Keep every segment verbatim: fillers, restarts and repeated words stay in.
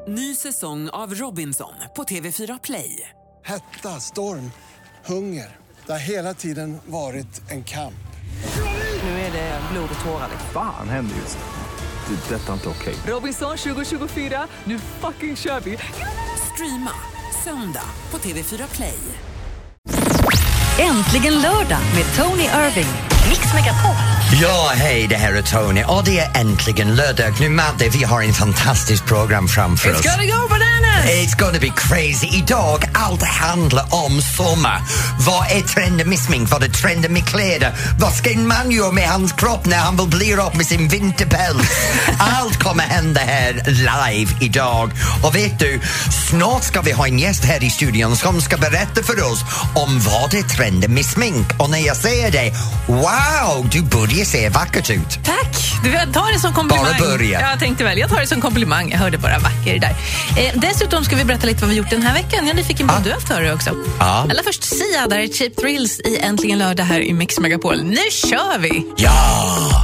Ny säsong av Robinson på T V fyra Play. Hetta, storm, hunger. Det har hela tiden varit en kamp. Nu är det blod och tårar. Fan händer just det. Det är detta inte okej. Robinson tjugo tjugofyra, nu fucking kör vi. Streama söndag på T V fyra Play. Äntligen lördag med Tony Irving. Mix Megapol. Ja, hej, det här är Tony och det är äntligen lördag. Nu Madde, vi har en fantastisk program framför oss. It's gonna go bananas! It's gonna be crazy. Idag, allt handlar om sommar. Vad är trenden med smink? Vad är trenden med kläder? Vad ska en man göra med hans kropp när han vill bli upp med sin vinterpäls? Allt kommer hända här live idag. Och vet du, snart ska vi ha en gäst här i studion som ska berätta för oss om vad är trenden med smink. Och när jag säger det, wow, du börjar se vackert ut. Tack, du tar det som komplimang. Bara börja. Jag tänkte väl, jag tar det som komplimang. Jag hörde bara vacker där. Eh, dessutom ska vi berätta lite vad vi gjort den här veckan. Jag är nyfiken på vad ah. du har haft för dig också. Ah. Allra först Sia, där är Cheap Thrills i Äntligen lördag här i Mix Megapol. Nu kör vi! Ja!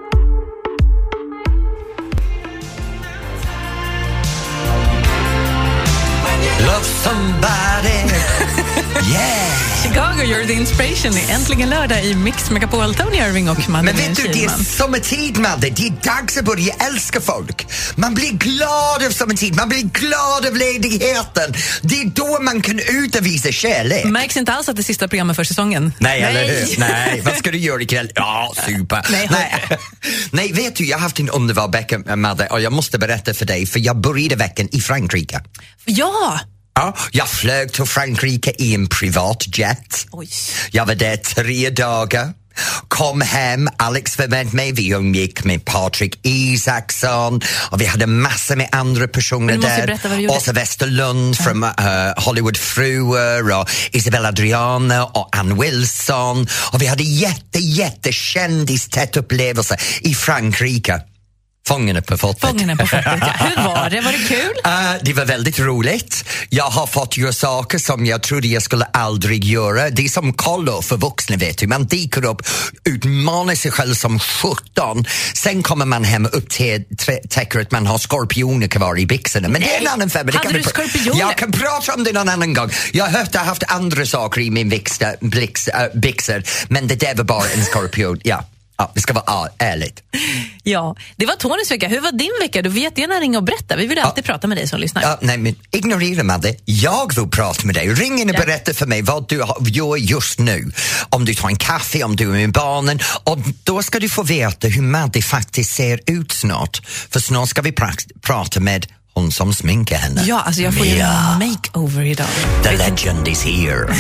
Love somebody. Yeah. Chicago, you're the inspiration. Äntligen lördag i Mix Megapol. Tony Irving och Madde. Men vet du, det är sommartid, Madde. Det är dags att börja älska folk. Man blir glad av sommartid. Man blir glad av ledigheten. Det är då man kan ut och visa kärlek. Märks inte alls att det är sista programmet för säsongen? Nej, Nej. eller hur? Nej, vad ska du göra ikväll? Ja, super. Nej, Nej. Nej, vet du, jag har haft en underbar vecka, Madde. Och jag måste berätta för dig, för jag började veckan i Frankrike. Ja! Ja, jag flög till Frankrike i en privatjet. Oj. Jag var där tre dagar. Kom hem, Alex var med mig, vi umgick med Patrik Isaksson och vi hade massor med andra personer där. Åsa Westerlund ja. från uh, Hollywoodfruar och Isabella Adriana och Ann Wilson. Och vi hade jätte, jätte kändistätt upplevelse i Frankrike. Fångarna på fortet. Fångarna på fortet, ja. Hur var det? Var det kul? Uh, det var väldigt roligt. Jag har fått göra saker som jag trodde jag skulle aldrig göra. Det är som kollo för vuxna, vet du. Man dyker upp, utmanar sig själv som sjutton. Sen kommer man hem och upptäcker att man har skorpioner kvar i byxorna. Men Nej. det är en annan femma. Hade du skorpioner? Jag kan prata om det någon annan gång. Jag har hört att jag har haft andra saker i min byxor, uh, byxor. Men det där var bara en skorpion, ja. Ja, det ska vara ja, ärligt. Ja, det var Tonys vecka. Hur var din vecka? Du får jättegärna ringa och berätta. Vi vill alltid ja. prata med dig som lyssnar. Ja, nej, men ignorera mig. Jag vill prata med dig. Ring in och ja. berätta för mig vad du gör just nu. Om du tar en kaffe, om du är med barnen. Och då ska du få veta hur Madde faktiskt ser ut snart. För snart ska vi pra- prata med hon som sminkar henne. Ja, alltså jag får ju en makeover idag. The legend is here.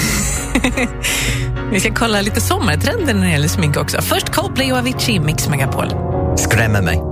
Vi ska kolla lite sommartrender när det gäller smink också. Först Coldplay och Avicii, Mix Megapol. Skrämmer mig.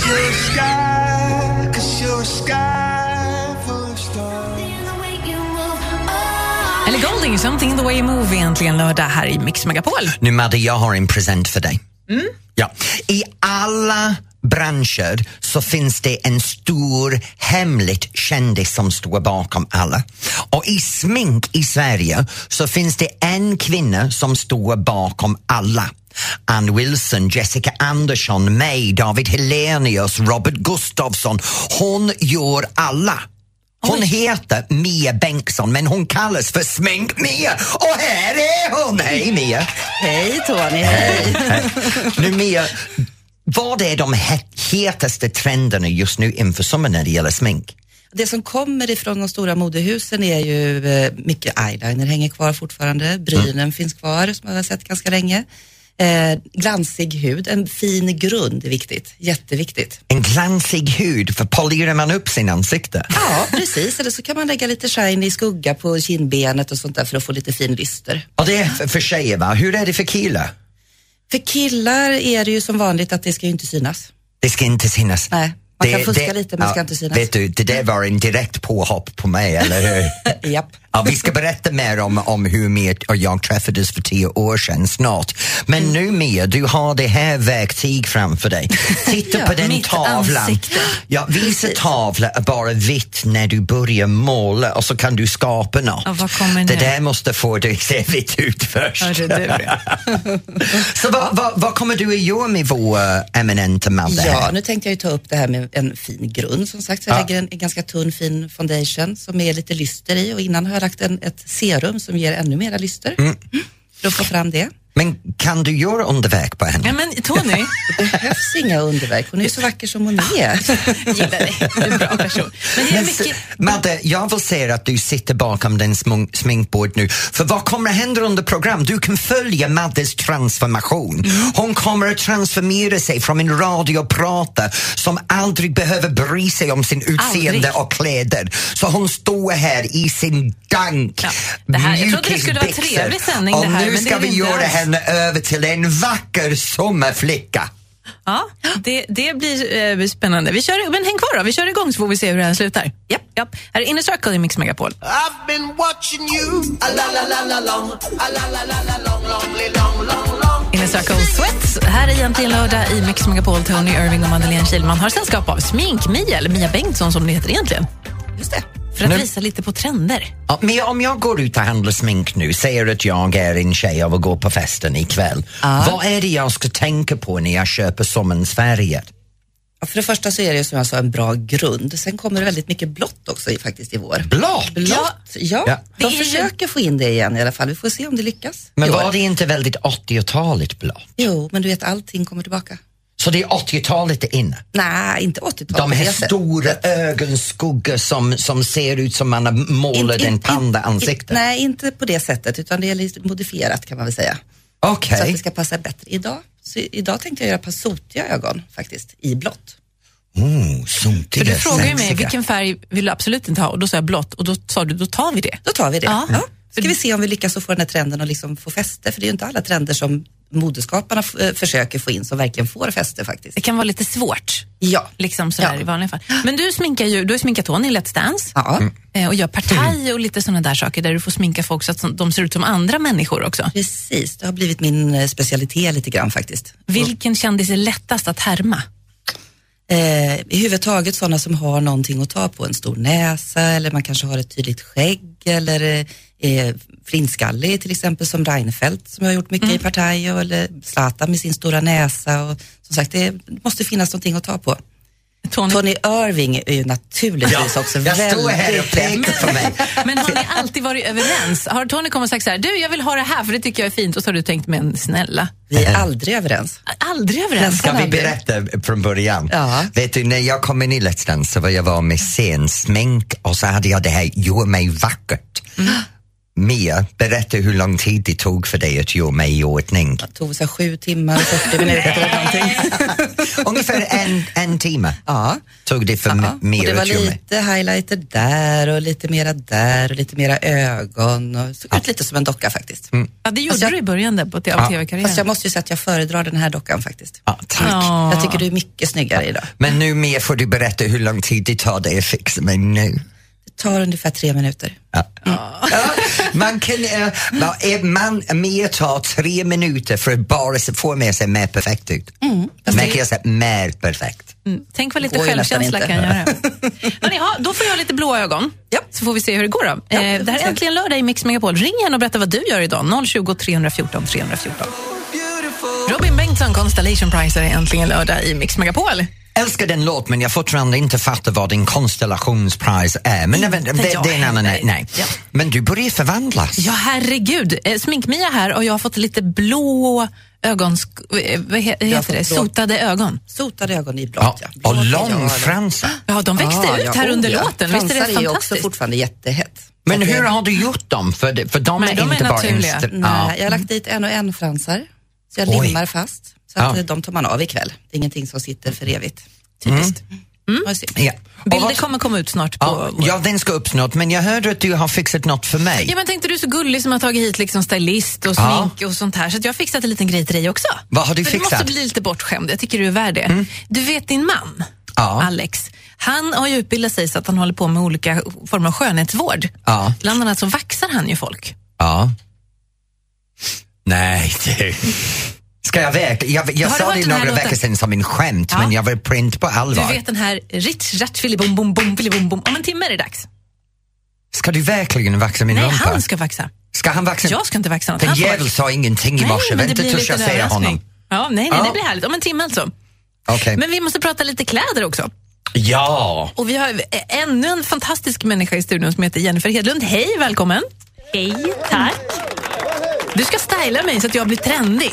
Eller Golding, Something in the way you move, egentligen lördag här i Mix Megapol. Nu Madde, jag har en present för dig. Mm. Ja, i alla branscher så finns det en stor hemligt kändis som står bakom alla. Och i smink i Sverige så finns det en kvinna som står bakom alla. Ann Wilson, Jessica Andersson, mig, David Helenius, Robert Gustafsson. Hon gör alla. Hon Oj. heter Mia Bengtsson, men hon kallas för Smink-Mia. Och här är hon! Hej Mia! Hej Tony, hej! hej. Nu Mia, vad är de hetaste trenderna just nu inför sommaren när det gäller smink? Det som kommer ifrån de stora modehusen är ju eh, mycket eyeliner hänger kvar fortfarande. Brynen mm. finns kvar som jag har sett ganska länge. Eh, glansig hud, en fin grund är viktigt, jätteviktigt. En glansig hud, för polerar man upp sin ansikte? Ja, precis. Eller så kan man lägga lite shiny skugga på kindbenet och sånt där för att få lite fin lyster. Och det är för, för tjejer, va? Hur är det för killar? För killar är det ju som vanligt att det ska ju inte synas. Det ska inte synas? Nej. Man det, kan fuska det, lite men ja, ska inte synas. Vet du, det där var en direkt påhopp på mig, eller hur? Japp. Ja, vi ska berätta mer om, om hur Mia och jag träffades för tio år sedan snart. Men mm. nu Mia, du har det här verktyg framför dig. Titta ja, på den tavlan. Ansikte. Ja, visa tavlan är bara vitt när du börjar måla och så kan du skapa något. Ja, vad kommer nu? Det där måste få dig att se vitt ut först. Ja, det det. Så vad, vad, vad kommer du att göra med vår eminenta Madde? Ja, nu tänkte jag ju ta upp det här med en fin grund som sagt. Så jag ja. lägger en, en ganska tunn fin foundation som är lite lyster i och innan har jag lagt en, ett serum som ger ännu mera lyster. Mm. För att få fram det. Men kan du göra underverk på henne? Ja, men Tony, det behövs inga underverk. Hon är så vacker som hon är. Gillar dig. Du är en bra person. Men det är mycket... Madde, jag vill se att du sitter bakom den sm- sminkbord nu. För vad kommer att hända under program? Du kan följa Maddes transformation. Mm. Hon kommer att transformera sig från en radioprata som aldrig behöver bry sig om sin utseende aldrig. Och kläder. Så hon står här i sin dank. Ja, det här, jag trodde det skulle vara en trevlig sändning. Och det här, nu men ska det vi göra det här över till en vacker sommarflicka. Ja, det, det blir eh, spännande. Vi kör, men häng kvar då, vi kör igång så får vi se hur det här slutar. Japp, japp. Här är Inner Circle i Mix Megapol. I've been watching you. A la la la la long. A la la la la long, long, long, long, long. Inner Circle Sweats. Här är egentligen lördag i Mix Megapol. Tony Irving och Madeleine Kilman har sällskap av Smink-Mia, eller Mia Bengtsson som det heter egentligen. Just det. För att nu. Visa lite på trender. Ja, men om jag går ut och handlar smink nu, säger att jag är en tjej och vill gå på festen ikväll. Ah. Vad är det jag ska tänka på när jag köper sommarens färger? Ja, för det första så är det som jag sa en bra grund. Sen kommer det väldigt mycket blått också i, faktiskt i vår. Blått? Blått, ja. ja. De det försöker få in det igen i alla fall. Vi får se om det lyckas. Men var det inte väldigt åttiotaligt blått? Jo, men du vet, allting kommer tillbaka. Så det är åttiotalet är inne? Nej, inte åttiotalet. De här stora ögonskuggor som, som ser ut som man har målat in, in, en panda-ansikte? In, nej, inte på det sättet, utan det är lite modifierat kan man väl säga. Okej. Okay. Så att det ska passa bättre. Idag, så idag tänkte jag göra ett par sotiga ögon faktiskt, i blått. Oh, sotiga. För du frågade ju mig, vilken färg vill du absolut inte ha? Och då sa jag blått, och då sa du, då tar vi det. Då tar vi det, ja. ja. Ska vi se om vi lyckas få den här trenden och liksom få fäste, för det är ju inte alla trender som modeskaparna f- försöker få in som verkligen får fäste faktiskt. Det kan vara lite svårt. Ja. Liksom sådär ja. I vanliga fall. Men du sminkar ju, du har sminkat Tony i Let's Dance. Ja. Mm. Och gör partaj och lite sådana där saker där du får sminka folk så att de ser ut som andra människor också. Precis, det har blivit min specialitet lite grann faktiskt. Vilken kändis är lättast att härma? Eh, i huvudtaget sådana som har någonting att ta på, en stor näsa eller man kanske har ett tydligt skägg eller eh, flintskallig till exempel som Reinfeldt som jag har gjort mycket mm. i partaj eller Zlatan med sin stora näsa och som sagt det måste finnas någonting att ta på. Tony, Tony Irving är ju naturligtvis ja, också jag väldigt... Jag står här och pekar för mig. Men har ni alltid varit överens? Har Tony kommit och sagt så här, du jag vill ha det här för det tycker jag är fint och så har du tänkt, men snälla. Vi är aldrig överens. Aldrig överens. Ska vi berätta från början? Ja. Vet du, när jag kom in i Let's Dance så var jag var med scensmink och så hade jag det här, gör mig vackert. Mm. Mia, berätta hur lång tid det tog för dig att göra mig i ordning. Det tog så sju timmar och fyrtio minuter eller någonting. Ungefär en, en timme ja. Tog det för ja. Mia och det var att göra mig. Lite highlighter där och lite mera där och lite mera ögon och så ja. Ut lite som en docka faktiskt. Mm. Ja, det gjorde jag, du i början där på t- ja. tv-karriären. Fast jag måste ju säga att jag föredrar den här dockan faktiskt. Ja, tack. Ja. Jag tycker du är mycket snyggare idag. Men nu Mia får du berätta hur lång tid det tar dig att fixa mig nu. Det tar ungefär tre minuter. Ja. Mm. Ja, man kan, äh, man, Mia tar tre minuter för att bara få med sig mer perfekt ut. Mm. Man kan säga mer perfekt. Mm. Tänk vad lite självkänsla kan göra. Hörrni, ha, då får jag lite blå ögon. Ja. Så får vi se hur det går då. Ja, eh, det här är äntligen lördag i Mix Megapol. Ring igen och berätta vad du gör idag. noll tjugo, tre fjorton, tre fjorton. Robin Bengtsson, Constellation Prize är äntligen lördag i Mix Megapol. Älskar den låt men jag fortfarande inte fattar vad din konstellationspris är. Men det, det, det, det är en annan, nej. nej. Ja. Men du börjar förvandlas. Ja, herregud. Eh, Smink-Mia här och jag har fått lite blå ögon, vad heter det? Sotade ögon. Sotade ögon i blått, ja. ja. Och långfransar. Ja, de växte ah, ut här ja, under oh, låten. Fransar Visst är det är fantastiskt? Också fortfarande jättehett. Men hur har du gjort dem? För, det, för de Nej, är de inte är bara naturliga. Insta- Nej, ja. jag har lagt dit en och en fransar. Så jag Oj. limmar fast. Så att ja. de tar man av ikväll. Det är ingenting som sitter för evigt. Typiskt. Mm. Mm. Ja. Bilder kommer komma ut snart på... Ja, ja, den ska upp snart. Men jag hörde att du har fixat något för mig. Ja, men tänkte du är så gullig som har tagit hit liksom stylist och ja. smink och sånt här. Så att jag har fixat en liten grej till dig också. Vad har du för fixat? Du måste bli lite bortskämd. Jag tycker du är värd det. Mm. Du vet din man, ja. Alex. Han har ju utbildat sig så att han håller på med olika former av skönhetsvård. Ja. Bland annat så vaxar han ju folk. Ja. Nej, det... Ska jag verkligen? Jag, jag sa det några veckor sedan som en skämt, ja. Men jag var print på allvar. Du vet den här rich, rat, filibom, bom, bom, filibom, bom. Om en timme är det dags. Ska du verkligen vaxa min Nej, rumpa? Nej, han ska vaxa. Ska han vaxa? Jag ska inte vaxa något. Den jävel sa ingenting i morse. Vänta tills jag säger honom. Ja, nej, nej, ja. Det blir härligt. Om en timme alltså. Okay. Men vi måste prata lite kläder också. Ja. Och vi har ännu en fantastisk människa i studion som heter Jennifer Hedlund. Hej, välkommen. Hej, tack. Du ska styla mig så att jag blir trendig.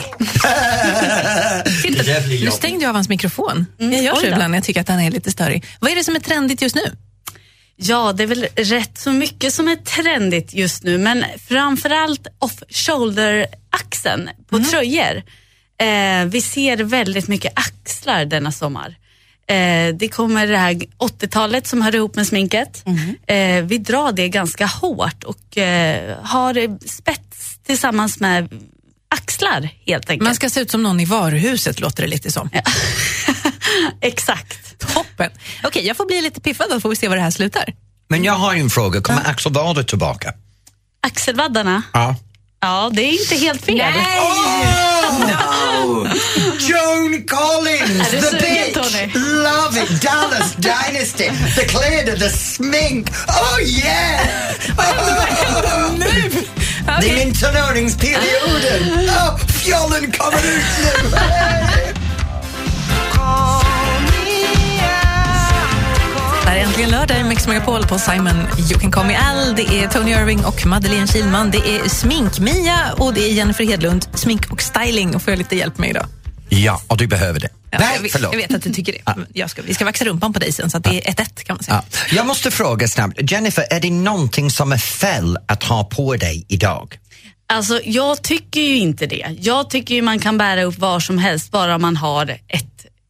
Nu stängde jag av hans mikrofon. Mm, jag gör så ibland när jag tycker att han är lite störig. Vad är det som är trendigt just nu? Ja, det är väl rätt så mycket som är trendigt just nu. Men framförallt off-shoulder-axeln på mm. tröjor. Eh, vi ser väldigt mycket axlar denna sommar. Eh, det kommer det här åttiotalet som hör ihop med sminket. Mm. Eh, vi drar det ganska hårt och eh, har spets tillsammans med axlar helt enkelt. Man ska se ut som någon i varuhuset, låter det lite som. Ja. Exakt. Toppen. Okej, okay, jag får bli lite piffad då, får vi se var det här slutar. Men jag har ju en fråga, kommer ja. axelvaddar tillbaka? Axelvaddarna? Ja. Ja, det är inte helt fel. Nej! Oh, no! Joan Collins, the bitch, love it, Dallas Dynasty, the kläder, the smink, oh yeah! Oh. Nu! Okay. Det är min turneringsperioden. Oh, fjollen kommer ut nu. Det är äntligen lördag i Mix Megapol på Simon You Can Call Me Al. Det är Tony Irving och Madeleine Kilman. Det är Smink-Mia och det är Jennifer Hedlund. Smink och styling. Och får jag lite hjälp med idag? Ja, och du behöver det. Ja, Nej, jag, förlåt. Jag vet att du tycker det. Ja. Jag ska, vi ska vaxa rumpan på dig sen, så att det är ett ett kan man säga. Ja. Jag måste fråga snabbt. Jennifer, är det någonting som är fel att ha på dig idag? Alltså, jag tycker ju inte det. Jag tycker ju man kan bära upp var som helst bara man har ett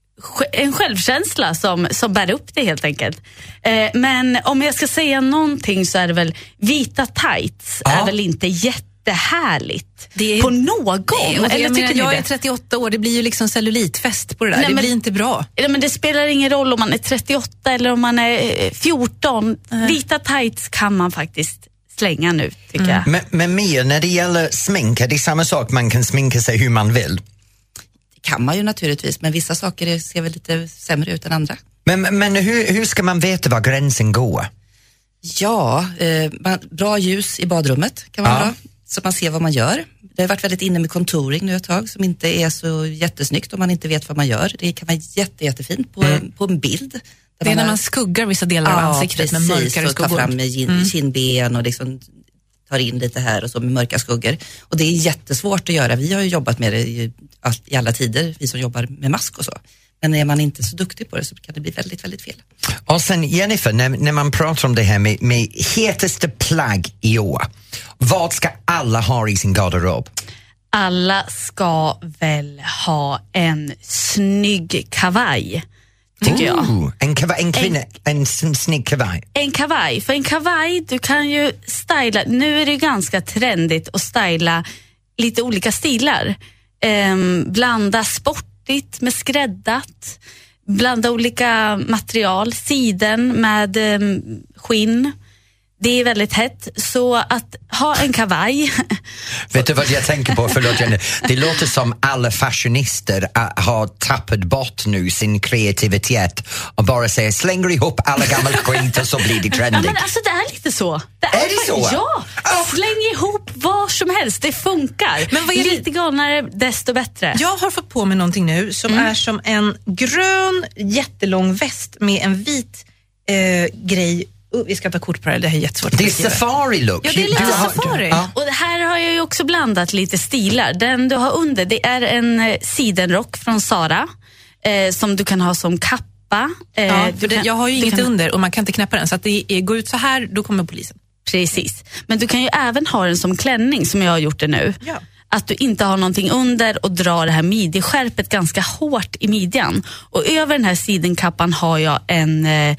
en självkänsla som, som bär upp det helt enkelt. Eh, men om jag ska säga någonting så är det väl vita tights ja. är väl inte jättehärligt det är, på någon. Nej, eller jag, menar, jag är trettioåtta år, det blir ju liksom cellulitfest på det där. Nej, det men, blir inte bra. Nej, men det spelar ingen roll om man är trettioåtta eller om man är fjorton. Mm. Vita tights kan man faktiskt slänga nu, tycker mm. jag. Men, men Mia, när det gäller smink, är det samma sak? Man kan sminka sig hur man vill. Kan man ju naturligtvis, men vissa saker ser väl lite sämre ut än andra. Men, men hur, hur ska man veta var gränsen går? Ja, eh, bra ljus i badrummet kan vara ja. bra, så man ser vad man gör. Det har varit väldigt inne med contouring nu ett tag som inte är så jättesnyggt om man inte vet vad man gör. Det kan vara jätte, jättefint på, mm. på en bild. Det är när man skuggar vissa delar ja, av ansiktet med mörkare skuggor. Ta fram med kin, mm. kindben och liksom tar in lite här och så med mörka skuggor. Och det är jättesvårt att göra. Vi har ju jobbat med det i, i alla tider, vi som jobbar med mask och så. Men är man inte så duktig på det så kan det bli väldigt, väldigt fel. Och sen Jennifer, när, när man pratar om det här med, med hetaste plagg i år, vad ska alla ha i sin garderob? Alla ska väl ha en snygg kavaj, tycker jag. Ooh, en, kavaj, en kvinna, en, en snygg kavaj. En kavaj, för en kavaj, du kan ju styla, nu är det ganska trendigt att styla lite olika stilar. Um, blanda sportigt med skräddat, blanda olika material, siden med um, skinn. Det är väldigt hett, så att ha en kavaj. Vet du vad jag tänker på? Förlåt, Jenny. Det låter som alla fashionister har tappat bort nu sin kreativitet och bara säger slänger ihop alla gamla skit och så blir det trendigt. Ja, men alltså det är lite så. Det är, är det så? Ja, släng ihop vad som helst, det funkar. Men vad är lite galnare, desto bättre. Jag har fått på mig någonting nu som mm. är som en grön jättelång väst med en vit eh, grej. Uh, vi ska ta kort på det, det här är jättesvårt. Det är safari-look. Ja, det är lite har, safari. Ja. Och det här har jag ju också blandat lite stilar. Den du har under, det är en eh, sidenrock från Zara eh, som du kan ha som kappa. Eh, ja, för det, kan, jag har ju inget kan, under och man kan inte knäppa den, så att det är, går ut så här, då kommer polisen. Precis. Men du kan ju även ha den som klänning som jag har gjort det nu. Ja. Att du inte har någonting under och drar det här midjeskärpet ganska hårt i midjan. Och över den här sidenkappan har jag en eh,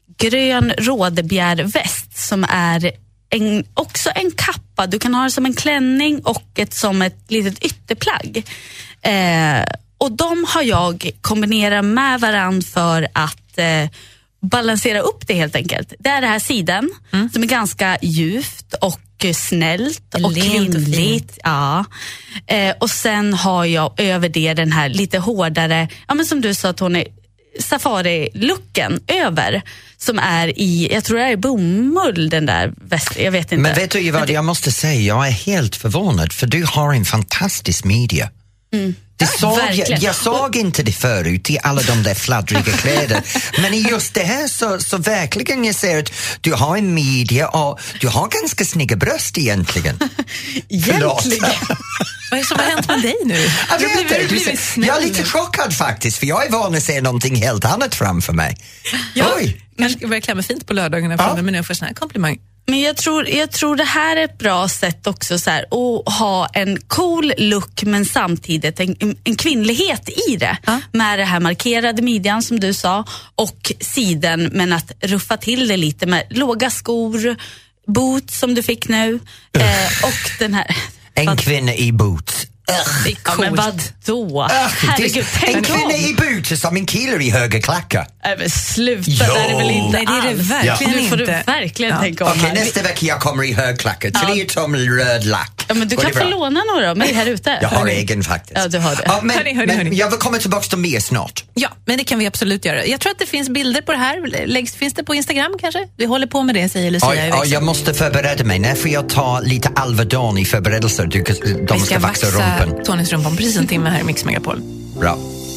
grön rådebjärväst som är en, också en kappa. Du kan ha det som en klänning och ett som ett litet ytterplagg. Eh, och de har jag kombinerat med varann för att eh, balansera upp det helt enkelt. Det är det här sidan mm. som är ganska djupt och snällt och kvinnligt. Ja. Eh, och sen har jag över det den här lite hårdare, ja men som du sa Tony, safari-looken över, som är i, jag tror det är bomull den där väst, jag vet inte. Men vet du vad, jag måste säga, jag är helt förvånad för du har en fantastisk media. Mm. Det såg, jag, jag såg inte det förut i alla de där fladdriga kläder. Men i just det här så, så verkligen jag ser att du har en media och du har ganska snygga bröst egentligen. Egentligen? Vad är som har hänt med dig nu? Jag, vet det, du ser, jag är lite chockad faktiskt för jag är van att se någonting helt annat framför mig. Ja, Oj. Kanske ska börja klämma fint på lördagarna för ja. Men nu får sån här komplimang. Men jag tror, jag tror det här är ett bra sätt också så här, att ha en cool look men samtidigt en, en kvinnlighet i det. Ja. Med det här markerade midjan som du sa och siden, men att ruffa till det lite med låga skor, boots som du fick nu eh, och den här... En kvinna i boots. Ugh, ja, men vadå? Herregud, en kvinna i boots som en kille i höga klackar. Nej men sluta, jo. Där är det väl inte. Nej, det är det verkligen ja. Nu får du inte. verkligen ja. Tänka om. Okej, okay, nästa vecka jag kommer i högklackar. Tre ja. Tum röd lack. Ja, men du kan få låna några av mig här ute. Jag har hörni. Egen faktiskt. Ja, du har det. Ja, men, hörni, hörni, hörni. men jag vill komma tillbaka till mer snart. Ja, men det kan vi absolut göra. Jag tror att det finns bilder på det här. Läggs, finns det på Instagram kanske? Vi håller på med det, säger Lucia. Ja, ja, jag måste förbereda mig. När får jag ta lite Alvedon i förberedelser? Du, de ska, ska vaxa rumpen. Tonys rumpan precis en timme här i Mix Megapol. Bra.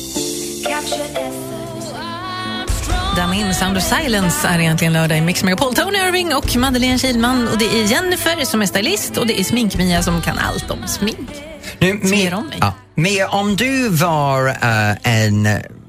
Damin, Sound of Silence är egentligen lördag i Mix Megapol. Tony Irving och Madeleine Kilman. Och det är Jennifer som är stylist och det är Smink-Mia som kan allt om smink. Nu, Mia, om, ja, Mia, om du var uh, en...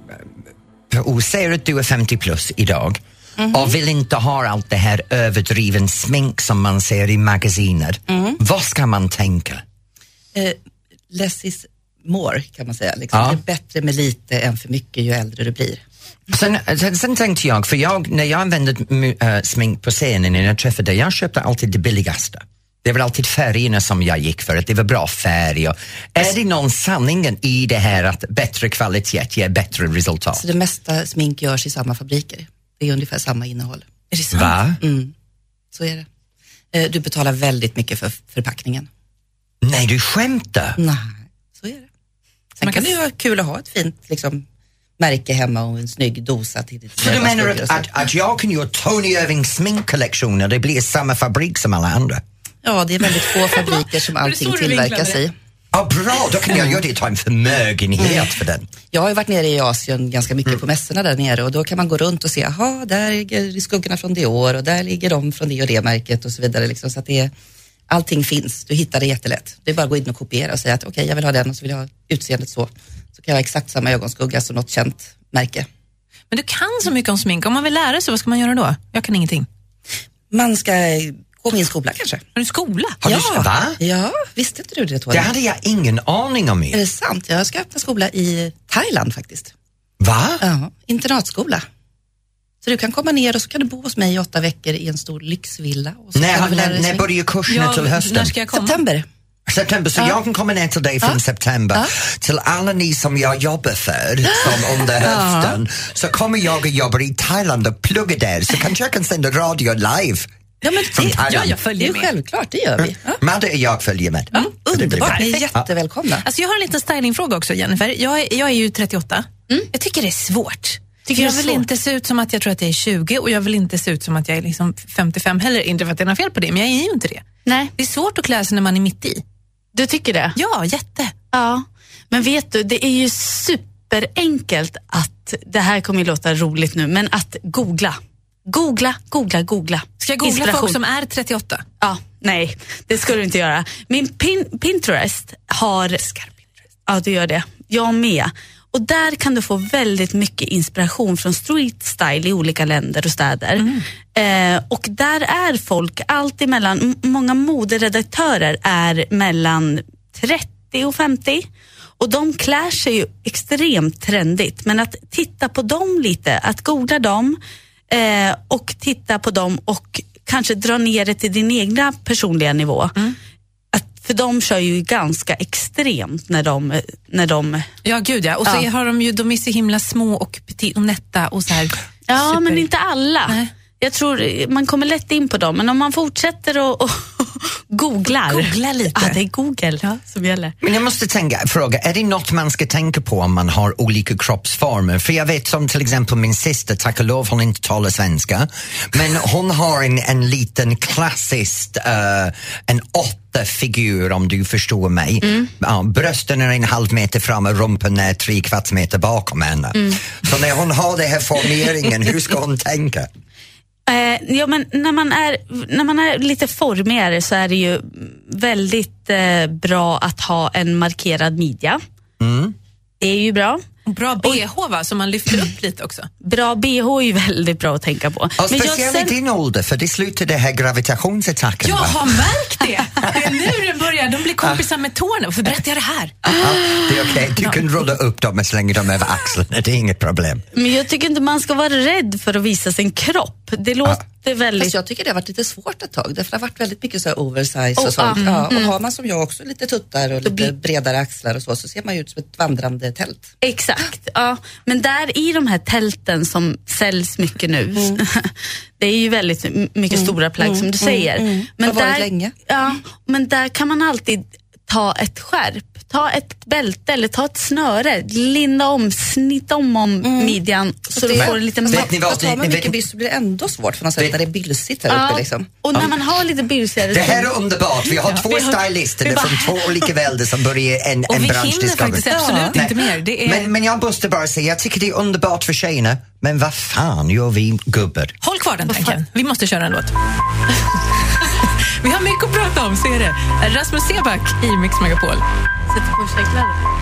och säger att du är femtio plus idag mm-hmm. och vill inte ha allt det här överdriven smink som man ser i magasiner. Mm. Vad ska man tänka? Uh, less is more kan man säga. Liksom. Ja. Det är bättre med lite än för mycket ju äldre du blir. Sen, sen, sen tänkte jag, för jag, när jag använde äh, smink på scenen när jag träffade dig, jag köpte alltid det billigaste. Det var alltid färgerna som jag gick för, att det var bra färg. Och, är det någon sanningen i det här att bättre kvalitet ger bättre resultat? Så det mesta smink görs i samma fabriker. Det är ungefär samma innehåll. Är det sant? Va? Mm. Så är det. Du betalar väldigt mycket för förpackningen. Nej, du skämtar? Nej, så är det. Sen kan det ju vara kul att ha ett fint liksom, märke hemma och en snygg dosa till ditt. Så du menar att, att, att jag kan göra Tony Irving sminkkollektion och det blir samma fabrik som alla andra? Ja, det är väldigt få fabriker som allting tillverkas i. Ja, bra, då kan jag göra det och ta en förmögenhet mm. för den. Jag har ju varit nere i Asien ganska mycket mm. på mässorna där nere och då kan man gå runt och se, jaha, där ligger skuggorna från Dior och där ligger de från det och det märket och så vidare. Liksom, så att det är, allting finns, du hittar det jättelätt. Det är bara att gå in och kopiera och säga att okej, okay, jag vill ha den och så vill jag ha utseendet så. Så kan jag ha exakt samma ögonskugga som något känt märke. Men du kan så mycket om smink, om man vill lära sig, vad ska man göra då? Jag kan ingenting. Man ska gå min skola kanske. Har du skola? Har ja. du, va? Ja, visste inte du det, Tony? Det hade jag ingen aning om. Är det sant? Jag ska öppna skola i Thailand faktiskt. Va? Ja, internatskola. Så du kan komma ner och så kan du bo hos mig i åtta veckor i en stor lyxvilla. Och så när när, när börjar kursen ja, till hösten? När ska jag komma? September. September, så ja. Jag kan komma ner till dig från ja. september. Ja. Till alla ni som jag jobbar för, som under hösten, ja. Så kommer jag och jobbar i Thailand och pluggar där, så kanske jag kan sända radio live. Ja, men det, ja, jag följer med. Självklart, det gör vi. Ja. Madde och jag följer med. Mm. Underbart, ni är jättevälkomna. Alltså, jag har en liten stylingfråga också, Jennifer. Jag är, jag är ju trettioåtta. Mm. Jag tycker det är svårt. Tycker jag vill svårt. Inte se ut som att jag tror att jag är tjugo och jag vill inte se ut som att jag är liksom femtiofem heller. Inte för att det är något fel på det, men jag är ju inte det. Nej. Det är svårt att klä sig när man är mitt i. Du tycker det? Ja, jätte. Ja, men vet du, det är ju superenkelt att, det här kommer ju låta roligt nu, men att googla. Googla, googla, googla. Ska jag googla folk som är trettioåtta? Ja, nej, det ska du inte göra. Min pin- Pinterest har... Pinterest. Ja, du gör det. Jag med. Och där kan du få väldigt mycket inspiration från street style i olika länder och städer. Mm. Eh, och där är folk alltid mellan, m- många moderedaktörer är mellan trettio och femtio. Och de klär sig ju extremt trendigt. Men att titta på dem lite, att googla dem eh, och titta på dem och kanske dra ner det till din egna personliga nivå. Mm. För de kör ju ganska extremt när de... När de ja, gud ja. Och så ja. Har de ju, de är så himla små och petit och nätta och så här. Ja, Super. men inte alla. Nej. Jag tror man kommer lätt in på dem, men om man fortsätter och, och googlar. Googla lite. Ja, det är Google ja, som gäller. Men jag måste tänka, fråga, är det något man ska tänka på om man har olika kroppsformer? För jag vet som till exempel min syster, tack och lov hon inte talar svenska, men hon har en, en liten klassisk, uh, en åtta figur om du förstår mig. Mm. Ja, brösten är en halv meter fram och rumpen är tre kvarts meter bakom henne. Mm. Så när hon har den här formeringen, hur ska hon tänka? Eh, ja, men när man är, när man är lite formigare så är det ju väldigt eh, bra att ha en markerad midja. Mm. Det är ju bra. Bra B H va, som man lyfter upp lite också. Bra B H är ju väldigt bra att tänka på. Och men speciellt jag i din ålder, för det slutar det här gravitationsattacken. Jag har märkt det. Det är nu den börjar. De blir kompisar med tårna. Varför berättar jag det här? Ja, det är okej. Okay. Du kan rulla upp dem och slänga dem över axeln. Det är inget problem. Men jag tycker inte man ska vara rädd för att visa sin kropp. Det låter ja. väldigt... Fast jag tycker det har varit lite svårt ett tag. Därför det har varit väldigt mycket så här oversize och oh, sånt. Mm, ja, och mm. har man som jag också lite tuttar och lite blir... bredare axlar och så, så ser man ju ut som ett vandrande tält. Exakt, ja. Men där i de här tälten som säljs mycket nu, mm. det är ju väldigt mycket mm. stora plagg mm. som du säger. Mm. Mm. Men, det har varit där, länge. Ja, men där kan man alltid ta ett skärp. Ta ett bälte eller ta ett snöre, linda om, snitta om om mm. midjan så du får en liten vet ni vad, fast har man mycket byst så blir det ändå svårt för något sätt när det är bylsigt här ja. uppe liksom. Och när man har lite bylsigare... Det här är underbart, vi har ja. två vi har, stylister vi bara... från två olika välder som börjar en, en bransch. Och vi hinner faktiskt absolut ja. inte mer. Det är... men, men jag måste bara säga, jag tycker det är underbart för tjejerna, men vad fan gör vi gubbar? Håll kvar den tanken, vi måste köra en låt. Vi har mycket att prata om, så är det. Rasmus Seback i Mix Megapol. Sätter på tjejkläder.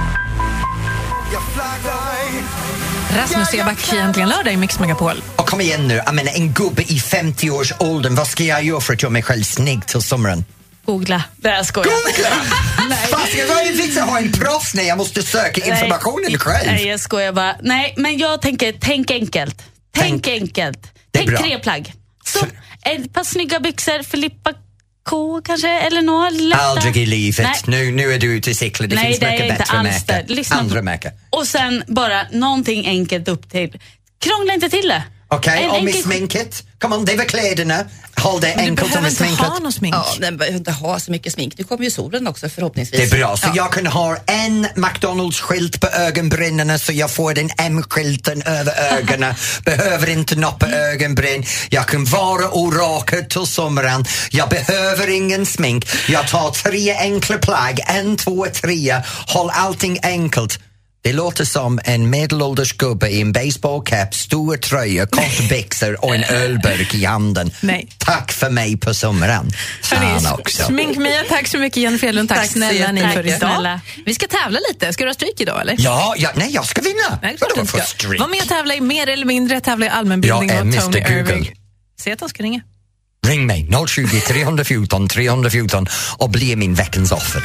Rasmus Seback i Äntligen lördag i Mix Megapol. Och kom igen nu, jag menar, en gubbe i femtio-årsåldern, vad ska jag göra för att göra mig själv snygg till sommaren? Googla. Det är skojar. Googla? Fast jag var ju viktigt att ha en proffs när jag måste söka informationen nej, själv. Nej, jag skojar bara. Nej, men jag tänker, tänk enkelt. Tänk, tänk enkelt. Tänk bra. Tre plagg. Så, ett par snygga byxor, Filippa K kanske, eller något lätta. Aldrig i livet. Nu, nu är du ute i cyklar. Det nej, finns det mycket bättre märken. Andra märken. Och sen bara någonting enkelt upp till. Krångla inte till det. Okej, okay, och med sminket? Kom on, det var kläderna. Håll det enkelt med sminket. Du behöver inte ha något smink. Ja, den behöver inte ha så mycket smink. Nu kommer ju solen också förhoppningsvis. Det är bra, så ja. jag kan ha en McDonalds-skylt på ögonbrynen så jag får den M-skylten över ögonen. Behöver inte noppa ögonbryn. Jag kan vara orakad till sommaren. Jag behöver ingen smink. Jag tar tre enkla plagg. En, två, tre. Håll allting enkelt. Det låter som en medelålders gubbe i en baseballcap, stor tröja, kortbyxor och en ölburk i handen. Nej. Tack för mig på sommaren. Fan också. Smink-Mia, tack så mycket. Jenny Fjällund, tack, tack snälla ni för idag. Snälla. Vi ska tävla lite. Ska du ha stryk idag eller? Ja, ja nej jag ska vinna. Nej, Vadå för stryk? Var med och tävla i mer eller mindre, tävla i allmänbildning jag är och Tony mister Google. Irving. Säg att de ska ringa. Ring mig, noll tjugo, tre fjorton, tre fjorton och bli min veckans offer.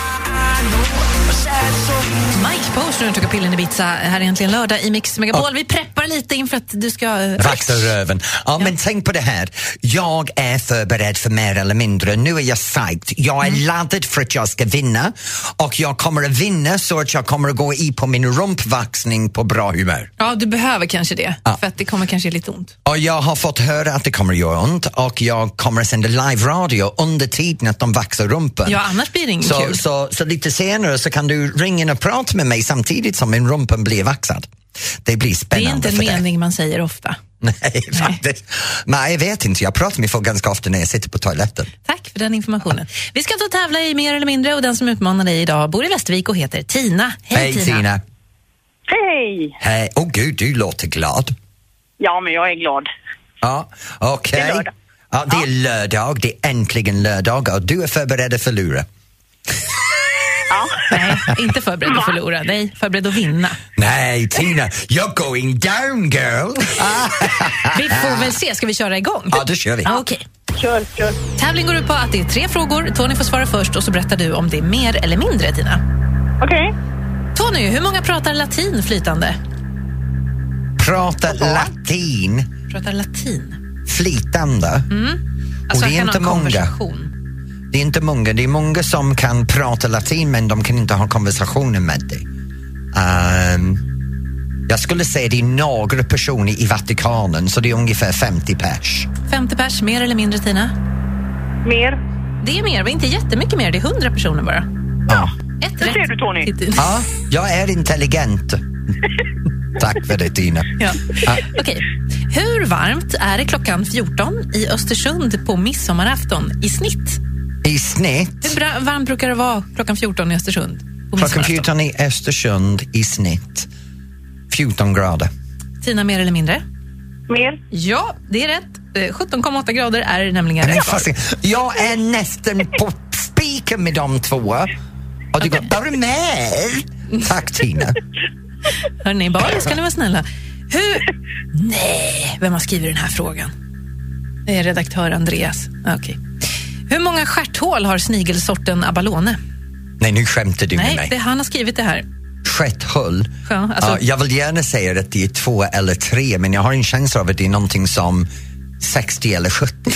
Mike Post runt och kapillen i Ibiza. Här är Äntligen lördag i Mix Megapol. Vi preppar lite inför att du ska... Uh, Vaxa röven. Ja, ja, men tänk på det här. Jag är förberedd för mer eller mindre. Nu är jag psyched. Jag är mm. laddad för att jag ska vinna. Och jag kommer att vinna så att jag kommer att gå i på min rumpvaxning på bra humör. Ja, du behöver kanske det. Ja. För att det kommer kanske lite ont. Och jag har fått höra att det kommer att göra ont. Och jag kommer att sända live-radio under tiden att de vaxar rumpen. Ja, annars blir det ingen så, kul. Så, så lite senare så kan du ringa och prata med mig samtidigt som min rumpen blir vaxad. Det blir spännande. Det är inte en mening dig. Man säger ofta. Nej, faktiskt. Nej, jag vet inte. Jag pratar med folk ganska ofta när jag sitter på toaletten. Tack för den informationen. Vi ska ta tävla i mer eller mindre och den som utmanar dig idag bor i Västervik och heter Tina. Hej, Hej Tina. Tina. Hej. Hej. Åh oh, gud, du låter glad. Ja, men jag är glad. Ja, okej. Okay. Det är lördag. Ja, det är lördag. Det är äntligen lördag och du är förberedd att förlora. Ja. Nej, inte förberedd att förlora. Nej, förberedd att vinna. Nej, Tina, you're going down, girl. Vi får väl se. Ska vi köra igång? Ja, det kör vi. Ja, okej. Okay. Kör, kör. Tävling går ut på att det är tre frågor. Tony får svara först och så berättar du om det är mer eller mindre, Tina. Okej. Okay. Tony, hur många pratar latin flytande? Pratar latin? Pratar latin. Flytande? Mm. Alltså, och det är inte många. Det är inte många. Det är många som kan prata latin men de kan inte ha konversationer med dig. Um, Jag skulle säga det är några personer i Vatikanen, så det är ungefär femtio pers. femtio pers, mer eller mindre, Tina? Mer. Det är mer, men inte jättemycket mer. Det är hundra personer bara. Ja. Ett Det rätt. ser du, Tony. Ja, jag är intelligent. Tack för det, Tina. Ja. Ja. Okej. Hur varmt är det klockan fjorton i Östersund på midsommarafton i snitt? I snitt? Hur bra- varmt brukar det vara klockan fjorton i Östersund på Klockan midsommarafton? fjorton i Östersund i snitt fjorton grader. Tina, mer eller mindre? Mer. Ja, det är rätt. Eh, sjutton komma åtta grader är nämligen Men rätt svar. fast, jag är nästan på spiken med de två. Och du går, bara mer. Tack, Tina. Hörrni, bara ska ni vara snälla. Hur... Nej, vem har skrivit den här frågan? Det är redaktör Andreas. Okej. Hur många stjärthål har snigelsorten abalone? Nej, nu skämtar du med Nej, mig. det, han har skrivit det här. Stjärthål. Ja, alltså- Ja, jag vill gärna säga att det är två eller tre, men jag har en känsla av att det är någonting som sextio eller sjuttio.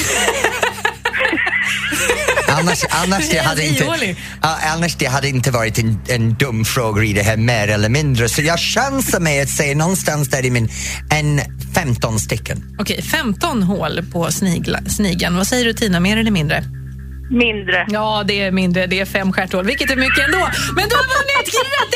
Annars, annars, det hade inte, ja, annars det hade inte varit en, en dum fråga i det här, mer eller mindre. Så jag chansar med att säga någonstans där i min en femton stycken. Okej, femton hål på snigla, snigeln. Vad säger du, Tina, mer eller mindre? Mindre. Ja, det är mindre. Det är fem stjärthål, vilket är mycket ändå. Men du har vunnit!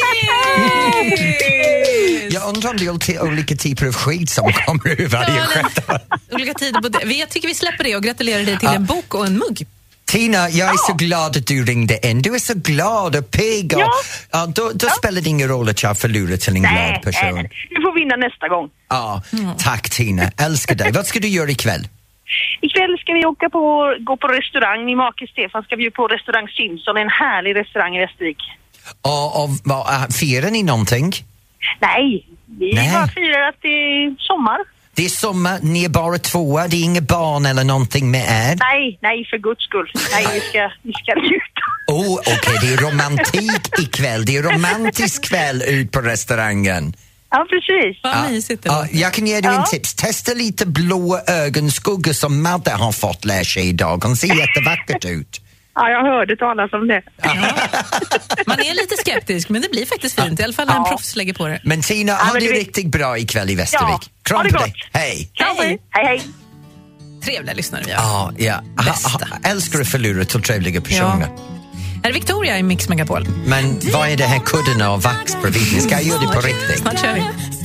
Grattis! Jag undrar om det är t- olika typer av skit som kommer ur varje Ja, stjärthål. Olika tider på det. Jag tycker vi släpper det och gratulerar dig till Ja. en bok och en mugg. Tina, jag är så glad att du ringde in. Du är så glad och pigg. Och, Ja. ja, då då Ja. spelar det ingen roll att jag förlorar till en Nej, glad person. nej, du får vinna nästa gång. Ja, tack Tina. Älskar dig. Vad ska du göra ikväll? Ikväll ska vi åka på, gå på restaurang. Min make Stefan ska bjuda på restaurang Simpson, en härlig restaurang i Västervik. Och, och vad, äh, firar ni någonting? Nej, vi Nej. bara firar att det är sommar. Det är sommar, ni är bara tvåa, det är inga barn eller någonting med er? Nej, nej, för guds skull. Nej, vi ska, vi ska njuta. Oh, okej, okay, det är romantik ikväll. Det är romantisk kväll ut på restaurangen. Ja, precis. Vad mysigt det Ja, låter. jag kan ge dig en Ja. tips. Testa lite blå ögonskugga som Madde har fått lära sig idag. Hon ser jättevackert ut. Ja, jag hörde talas om det. Man är lite skeptisk, men det blir faktiskt fint. I alla fall när en Ja. proffs lägger på det. Men Tina, Ja, ha men det du vet- riktigt bra ikväll i Västervik. Ja, Kram ha det på gott. dig. Hej. Hej, hej. Hej, Trevliga lyssnare vi har. Ja, ja. Ha, Bästa. ha, älskar att förlora till trevliga personer. Här är Victoria i Mix Megapol. Men vad är det här kuddarna och vax bredvid? Ni ska göra det på riktigt. Snart kör vi.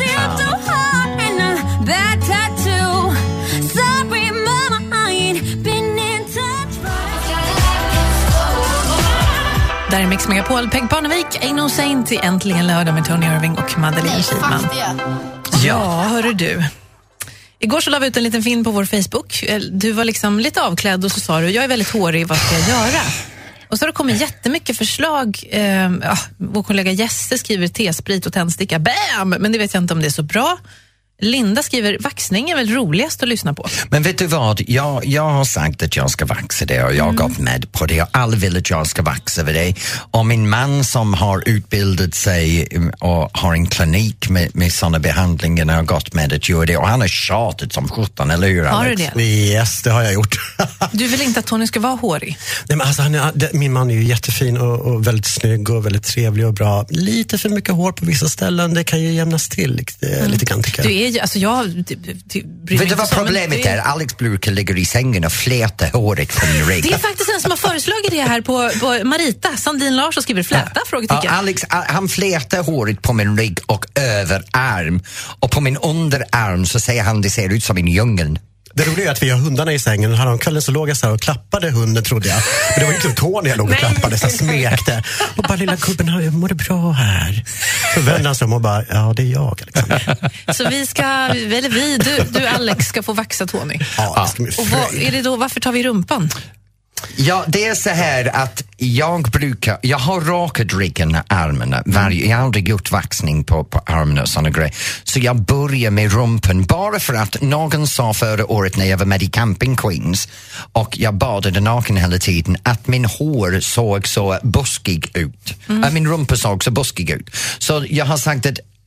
Där är Mix Megapol. Peg Parnevik, Ain't No Saint i Äntligen lördag med Tony Irving och Madeleine Kihlman. Ja, hörru du. Igår så la vi ut en liten film på vår Facebook. Du var liksom lite avklädd och så sa du, jag är väldigt hårig, vad ska jag göra? Och så har det kommit jättemycket förslag. Eh, ja, vår kollega Jesse skriver T-sprit och tändsticka. Bam! Men det vet jag inte om det är så bra. Linda skriver, vaxning är väl roligast att lyssna på. Men vet du vad, jag, jag har sagt att jag ska vaxa det och jag har gått med på det och alla vill att jag ska vaxa över det. Och min man som har utbildat sig och har en klinik med, med sådana behandlingar har gått med att göra det och han har tjatat som sjutton, eller hur Har du Alex? det? Yes, det har jag gjort. Du vill inte att Tony ska vara hårig? Nej, men alltså, han är, det- min man är ju jättefin och, och väldigt snygg och väldigt trevlig och bra. Lite för mycket hår på vissa ställen, det kan ju jämnas till lite, mm. lite grann tycker jag. Du är ju, alltså jag... ty- ty- bryr mig Vet du inte vad så, men problemet det- är? Alex brukar ligga i sängen och fläta håret på min rygg. Det är faktiskt en som har föreslagit det här på, på Marita. Sandin Larsson skriver fläta, Ja, frågetecken. Alex, a- han flätar håret på min rygg och överarm. Och på min underarm så säger han det ser ut som en djungel. Det roliga är att vi har hundarna i sängen. Häromkvällen så låg jag så här och klappade hunden, trodde jag. Men det var inte Tony jag låg och klappade, så jag smekte. Och bara, lilla gubben, jag mår det bra här. Så vände han sig om och bara, ja det är jag Alexander. Så vi ska, eller vi, du, du Alex ska få vaxa Tony. Ja, det ska bli Och vad, är det då, varför tar vi rumpan? Ja, det är så här att jag brukar, jag har rakat ryggen, armarna varje, jag har aldrig gjort vaxning på, på armarna och såna grejer. Så jag börjar med rumpen bara för att någon sa förra året när jag var med i Camping Queens och jag badade naken hela tiden att min hår såg så buskig ut. Mm. Äh, min rumpa såg så buskig ut. Så jag har sagt att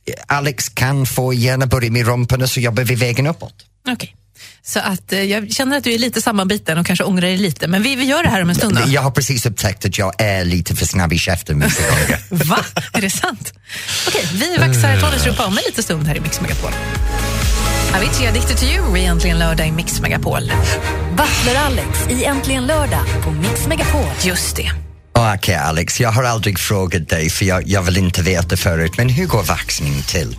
Alex kan få gärna börja med rumpan och så jobbar vi vägen uppåt. Okej. Okay. Så att eh, jag känner att du är lite sammanbiten och kanske ångrar dig lite. Men vi, vi gör det här om en stund då. Jag har precis upptäckt att jag är lite för snabb i käften med gånger. Va? Är det sant? Okej, okay, vi vaxar Tonys rumpa om en liten stund här i Mix Megapol. Avicii, Addicted to You i Äntligen lördag i Mix Megapol. Butler Alex i Äntligen lördag på Mix Megapol. Just det. Okej okay, Alex, jag har aldrig frågat dig för jag, jag vill inte veta förut, men hur går vaxning till?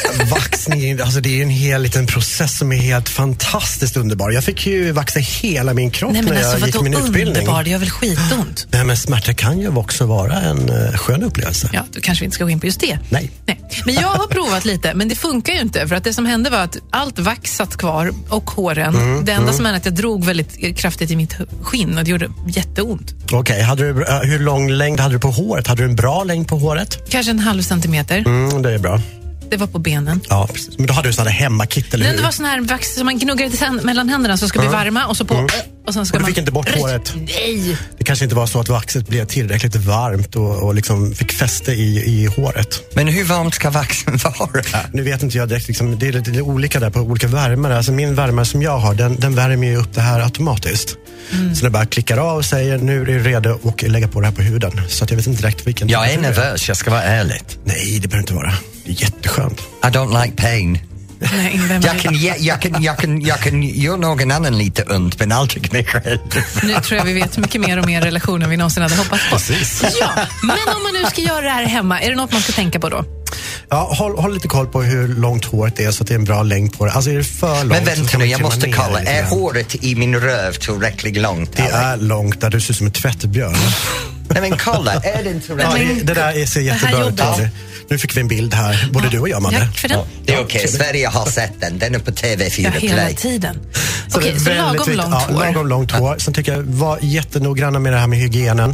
Vaxning, alltså det är en hel liten process som är helt fantastiskt underbar. Jag fick ju vaxa hela min kropp. Nej, men när alltså, jag gick min utbildning. Underbar, det gör väl skitont? Nej, men smärta kan ju också vara en uh, skön upplevelse. Ja, du kanske inte ska gå in på just det. Nej. Nej. Men jag har provat lite, men det funkar ju inte för att det som hände var att allt vax satt kvar och håren. Mm, det enda mm. som hände att jag drog väldigt kraftigt i mitt skinn och det gjorde jätteont. Okej, okay, hade du, uh, hur lång längd hade du på håret? Hade du en bra längd på håret? Kanske en halv centimeter. Mm, det är bra. Det var på benen. Ja, precis. Men då hade du sån här hemmakit, eller hur? Det var sån här vax som man gnuggade till mellan händerna så ska bli mm. varma och så på... Mm. Och sen ska och du man... fick inte bort håret? Nej! Det kanske inte var så att vaxet blev tillräckligt varmt och, och liksom fick fäste i, i håret. Men hur varmt ska vaxen vara? Nu vet inte jag direkt, liksom, det är lite olika där på olika värmare. Alltså min värmare som jag har, den, den värmer ju upp det här automatiskt. Mm. Så den bara klickar av och säger nu är du redo och lägga på det här på huden. Så att jag vet inte direkt vilken... Jag är nervös, jag ska vara ärlig. Nej, det behöver inte vara. Det är jätteskönt. I don't like pain. Nej, jag, kan, jag, jag, kan, jag, kan, jag kan göra någon annan lite ont, men aldrig mig själv. Nu tror jag vi vet mycket mer om er relation än vi någonsin hade hoppats på. Precis. Ja, men om man nu ska göra det här hemma, är det något man ska tänka på då? Ja, håll, håll lite koll på hur långt håret är så att det är en bra längd på det. Alltså är det för långt... Men vänta nu, jag måste kolla. Är håret i min röv tillräckligt långt? Det är långt, där du ser ut som en tvättbjörn. Nej men kolla, är det inte ja, det, det där ser jättebra ut. Ja. Nu fick vi en bild här, både ja. du och jag, Madde. Tack för den. Ja. Det är okej, okay. Sverige har sett den. Den är på T V fyra ja, Play. hela tiden. Så okej, okay, så lagom långt ja, hår. Lagom långt hår. Sen tycker jag, var jättenoggranna med det här med hygienen.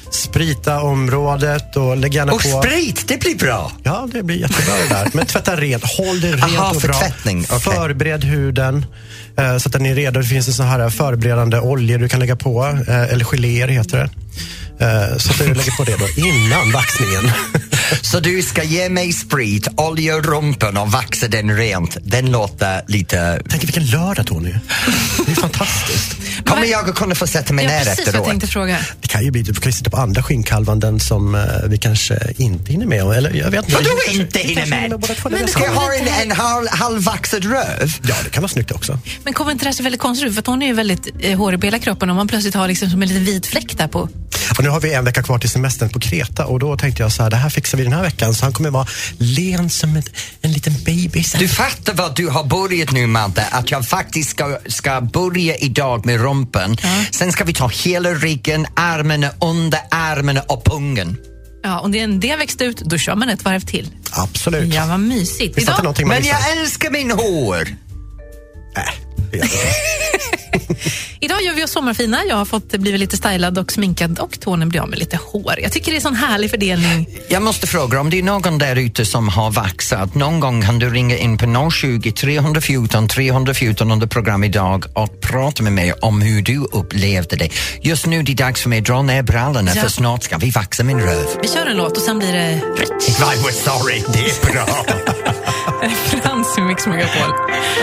Sprita området och lägg gärna och på... Och sprit, det blir bra. Ja, det blir jättebra det där. Men tvätta rent, håll det rent Aha, och bra. Okay. Förbered huden eh, så att den är redo. Det finns en sån här förberedande oljor du kan lägga på. Eh, eller geléer heter det. Uh, så att du lägger på det då innan vaxningen. Så du ska ge mig sprit, olja rumpen och vaxa den rent. Den låter lite... Tänk vilken lördag, Tony. Det är fantastiskt. Kommer jag att kunna få sätta mig ja, ner precis, efteråt? Jag tänkte fråga. Det kan ju bli, du kan ju sitta på andra skinnkalvanden som uh, vi kanske inte hinner med. Eller jag vet inte. Vad du inte hinner med? med Men ska jag ha en, en halv, halvvaxad röv? Ja, det kan vara snyggt också. Men kommer inte det här så väldigt konstigt ut? För hon är ju väldigt eh, hårig på hela kroppen och man plötsligt har liksom som en liten vit fläck där på. Och nu har vi en vecka kvar till semestern på Kreta och då tänkte jag så här, det här fixar vi den här veckan så han kommer vara len som ett, en liten baby. Du fattar vad du har börjat nu, Madde, att jag faktiskt ska, ska börja idag med rumpen. Mm. Sen ska vi ta hela ryggen, armarna, under armarna och pungen. Ja, och det, det har växt ut, då kör man ett varv till. Absolut. Ja, vad mysigt. Idag... Men jag älskar min hår. Äh, det gör det. Idag gör vi oss sommarfina. Jag har fått blivit lite stylad och sminkad och Tony blir av med lite hår. Jag tycker det är sån härlig fördelning. Jag måste fråga om det är någon där ute som har vaxat. Någon gång kan du ringa in på noll tjugo, tre fjorton, tre fjorton under program idag och prata med mig om hur du upplevde det. Just nu är det dags för mig att dra ner brallorna ja. för snart ska vi vaxa min röv. Vi kör en låt och sen blir det rött. I was sorry, det är bra. Frans i Mix Megapol.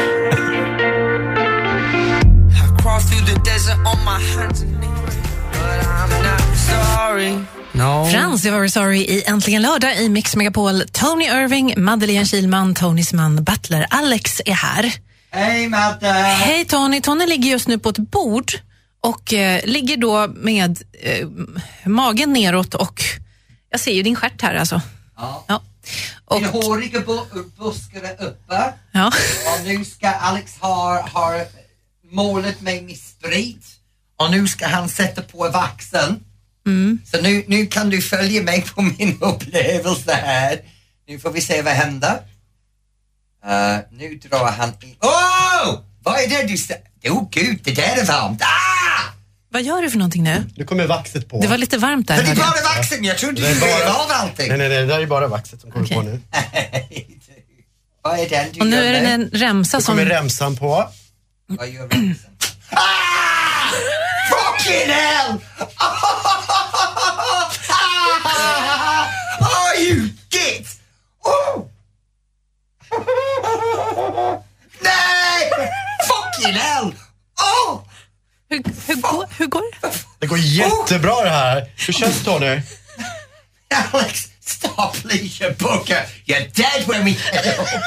No. Frans, jag var sorry i Äntligen lördag i Mix Megapol. Tony Irving, Madeleine Kilman, Tonys man Butler Alex är här. Hej Madde! Hej Tony, Tony ligger just nu på ett bord och eh, ligger då med eh, magen neråt och jag ser ju din stjärt här alltså. Ja. Ja. Och... Min håriga buskar är uppe. Ja. Och nu ska Alex ha, ha målet mig med sprit. Och nu ska han sätta på vaxen. Mm. Så nu, nu kan du följa mig på min upplevelse här. Nu får vi se vad händer. Uh, nu drar han in. Åh! Oh! Vad är det du säger? Åh oh, gud, det där är varmt. Ah! Vad gör du för någonting nu? Nu kommer vaxet på. Det var lite varmt där. Men det är bara vaxen, jag trodde du skulle bara... av allting. Nej, nej, nej, det där är bara vaxet som kommer okay. på nu. Vad är den du och nu är det med? en remsa som... Nu kommer remsan på. Vad gör remsan? Ah! Fucking hell! Oh, you git! Oh! fucking hell! Oh! Hur, hur, går, hur går det? Det går jättebra det här. Hur känns det, Tony? Alex, stop, please, you booker. You're dead when we get home.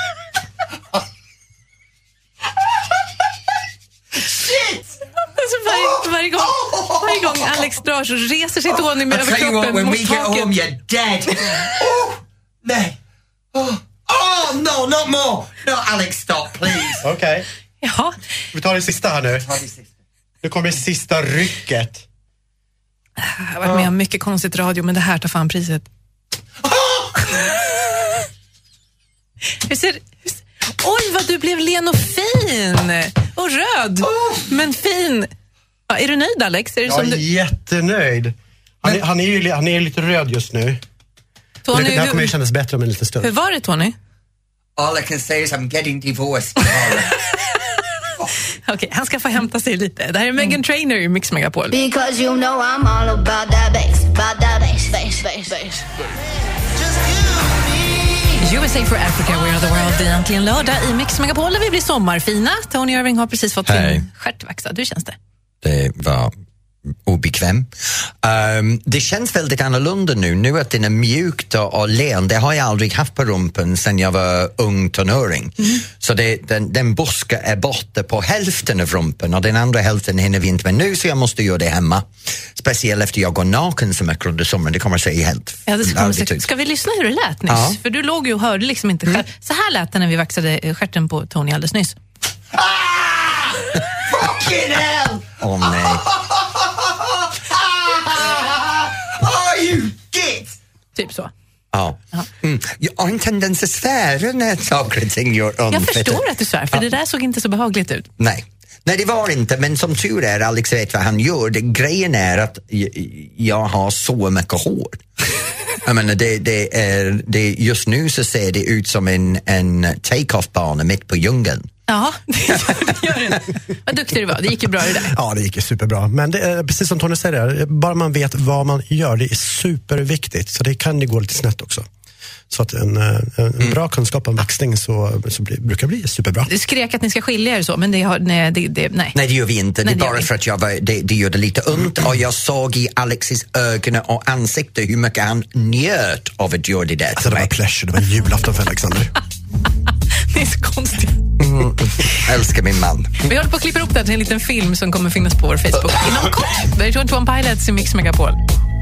Shit! Alltså varje, varje, gång, varje gång Alex drar så reser sig Tony med över kroppen when mot we get taket. home, you're dead. Oh, nej. Oh, oh, no, not more. No, Alex, stop, please. Okej. Okay. Jaha. Vi tar det sista här nu. Nu kommer det sista rycket. Jag har varit med om mycket konstigt radio, men det här tar fan priset. Hur ser, hur ser, oj, vad du blev len och fin. Och röd, men fin. Ja, är du nöjd, Alex? Är det Jag som är du... jättenöjd. Han är, han, är ju, han är lite röd just nu. Tony, det här kommer ju hur, kännas bättre om en liten stund. hur var det, Tony? All I can say is I'm getting divorced. Okej, okay, han ska få hämta sig lite. Det här är Meghan Trainor i Mix Megapol. Because you know I'm all about that bass, about that bass, bass, bass, bass. U S A for Africa, We Are the World. Det är äntligen lördag i Mix Megapol där vi blir sommarfina. Tony Irving har precis fått Hej. sin stjärt vaxad. Hur känns det? Det var obekväm. Um, det känns väldigt annorlunda nu. Nu att den är mjukt och, och len. Det har jag aldrig haft på rumpen sedan jag var ung tonåring. Mm. Så det, den, den buska är borta på hälften av rumpen och den andra hälften hinner vi inte med nu, så jag måste göra det hemma. Speciellt efter jag går naken så mycket under sommaren. Det kommer att se helt ja, det kommer se. Ska vi lyssna hur det lät nyss? Ja. För du låg ju och hörde liksom inte själv. Mm. Så här lät det när vi vaxade stjärten på Tony alldeles nyss. Ah! Fucking hell! Åh oh, nej. Oh, you git! Typ så. Ja. Mm. Jag har en tendens att svära när saker och ting gör ont. Jag förstår att du svär, för ja. Det där såg inte så behagligt ut. Nej. Nej, det var inte, men som tur är, Alex vet vad han gör. Det, grejen är att jag har så mycket hår. Jag menar, det, det är, det, just nu så ser det ut som en, en take-off-bana mitt på djungeln. Ja, det gör, det gör det. Vad duktig du var, det gick ju bra det där. Ja, det gick ju superbra. Men det är, precis som Tony säger, bara man vet vad man gör, det är superviktigt. Så det kan ju gå lite snett också. Så att en, en mm. bra kunskap om vaxning så, så bli, brukar bli superbra. Du skrek att ni ska skilja er så, men det har, nej, det, det, nej. nej, det gör vi inte. Nej, det är bara för att jag var, det, det gjorde lite ont och jag såg i Alexis ögon och ansikte hur mycket han njöt av att göra det där. Alltså det var pleasure, det var julafton för Alexander. Det är så konstigt. Mm. Jag älskar min man. Vi håller på att klippa upp det till en liten film som kommer finnas på vår Facebook inom kort. Det är twenty-one Pilots i Mix Megapol.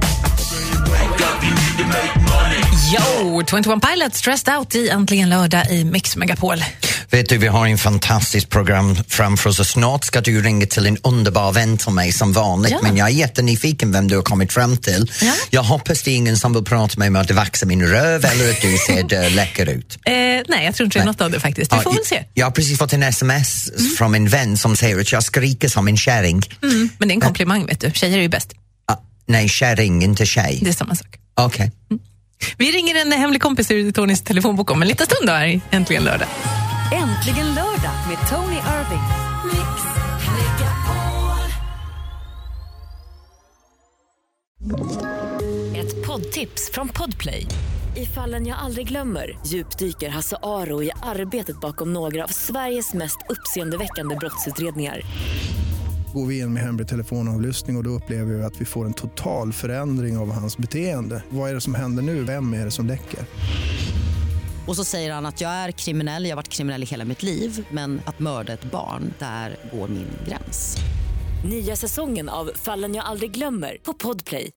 Yo, twenty-one Pilots Stressed Out i Äntligen lördag i Mix Megapol. Vet du, vi har en fantastisk program framför oss och snart ska du ringa till en underbar vän till mig som vanligt. Ja. Men jag är jättenyfiken vem du har kommit fram till. Ja. Jag hoppas det är ingen som vill prata med mig om att vaxa min röv eller att du ser läcker ut. Eh, nej, jag tror inte det är något av det faktiskt. Vi får ja, väl se. Jag har precis fått en sms mm. från en vän som säger att jag skriker som en kärring. Mm. Men det är en komplimang, vet du. Tjejer är ju bäst. Ah, nej, kärring, inte tjej. Det är samma sak. Okej. Okay. Mm. Vi ringer en hemlig kompis ur Tonys telefonbok om en liten stund då här, äntligen lördag. Äntligen lördag med Tony Irving. Mix Megapol. Ett poddtips från Podplay. I Fallen jag aldrig glömmer djupdyker Hasse Aro i arbetet bakom några av Sveriges mest uppseendeväckande brottsutredningar. Går vi in med hemlig telefonavlyssning och, och då upplever vi att vi får en total förändring av hans beteende. Vad är det som händer nu? Vem är det som läcker? Och så säger han att jag är kriminell, jag har varit kriminell i hela mitt liv. Men att mörda ett barn, där går min gräns. Nya säsongen av Fallen jag aldrig glömmer på Podplay.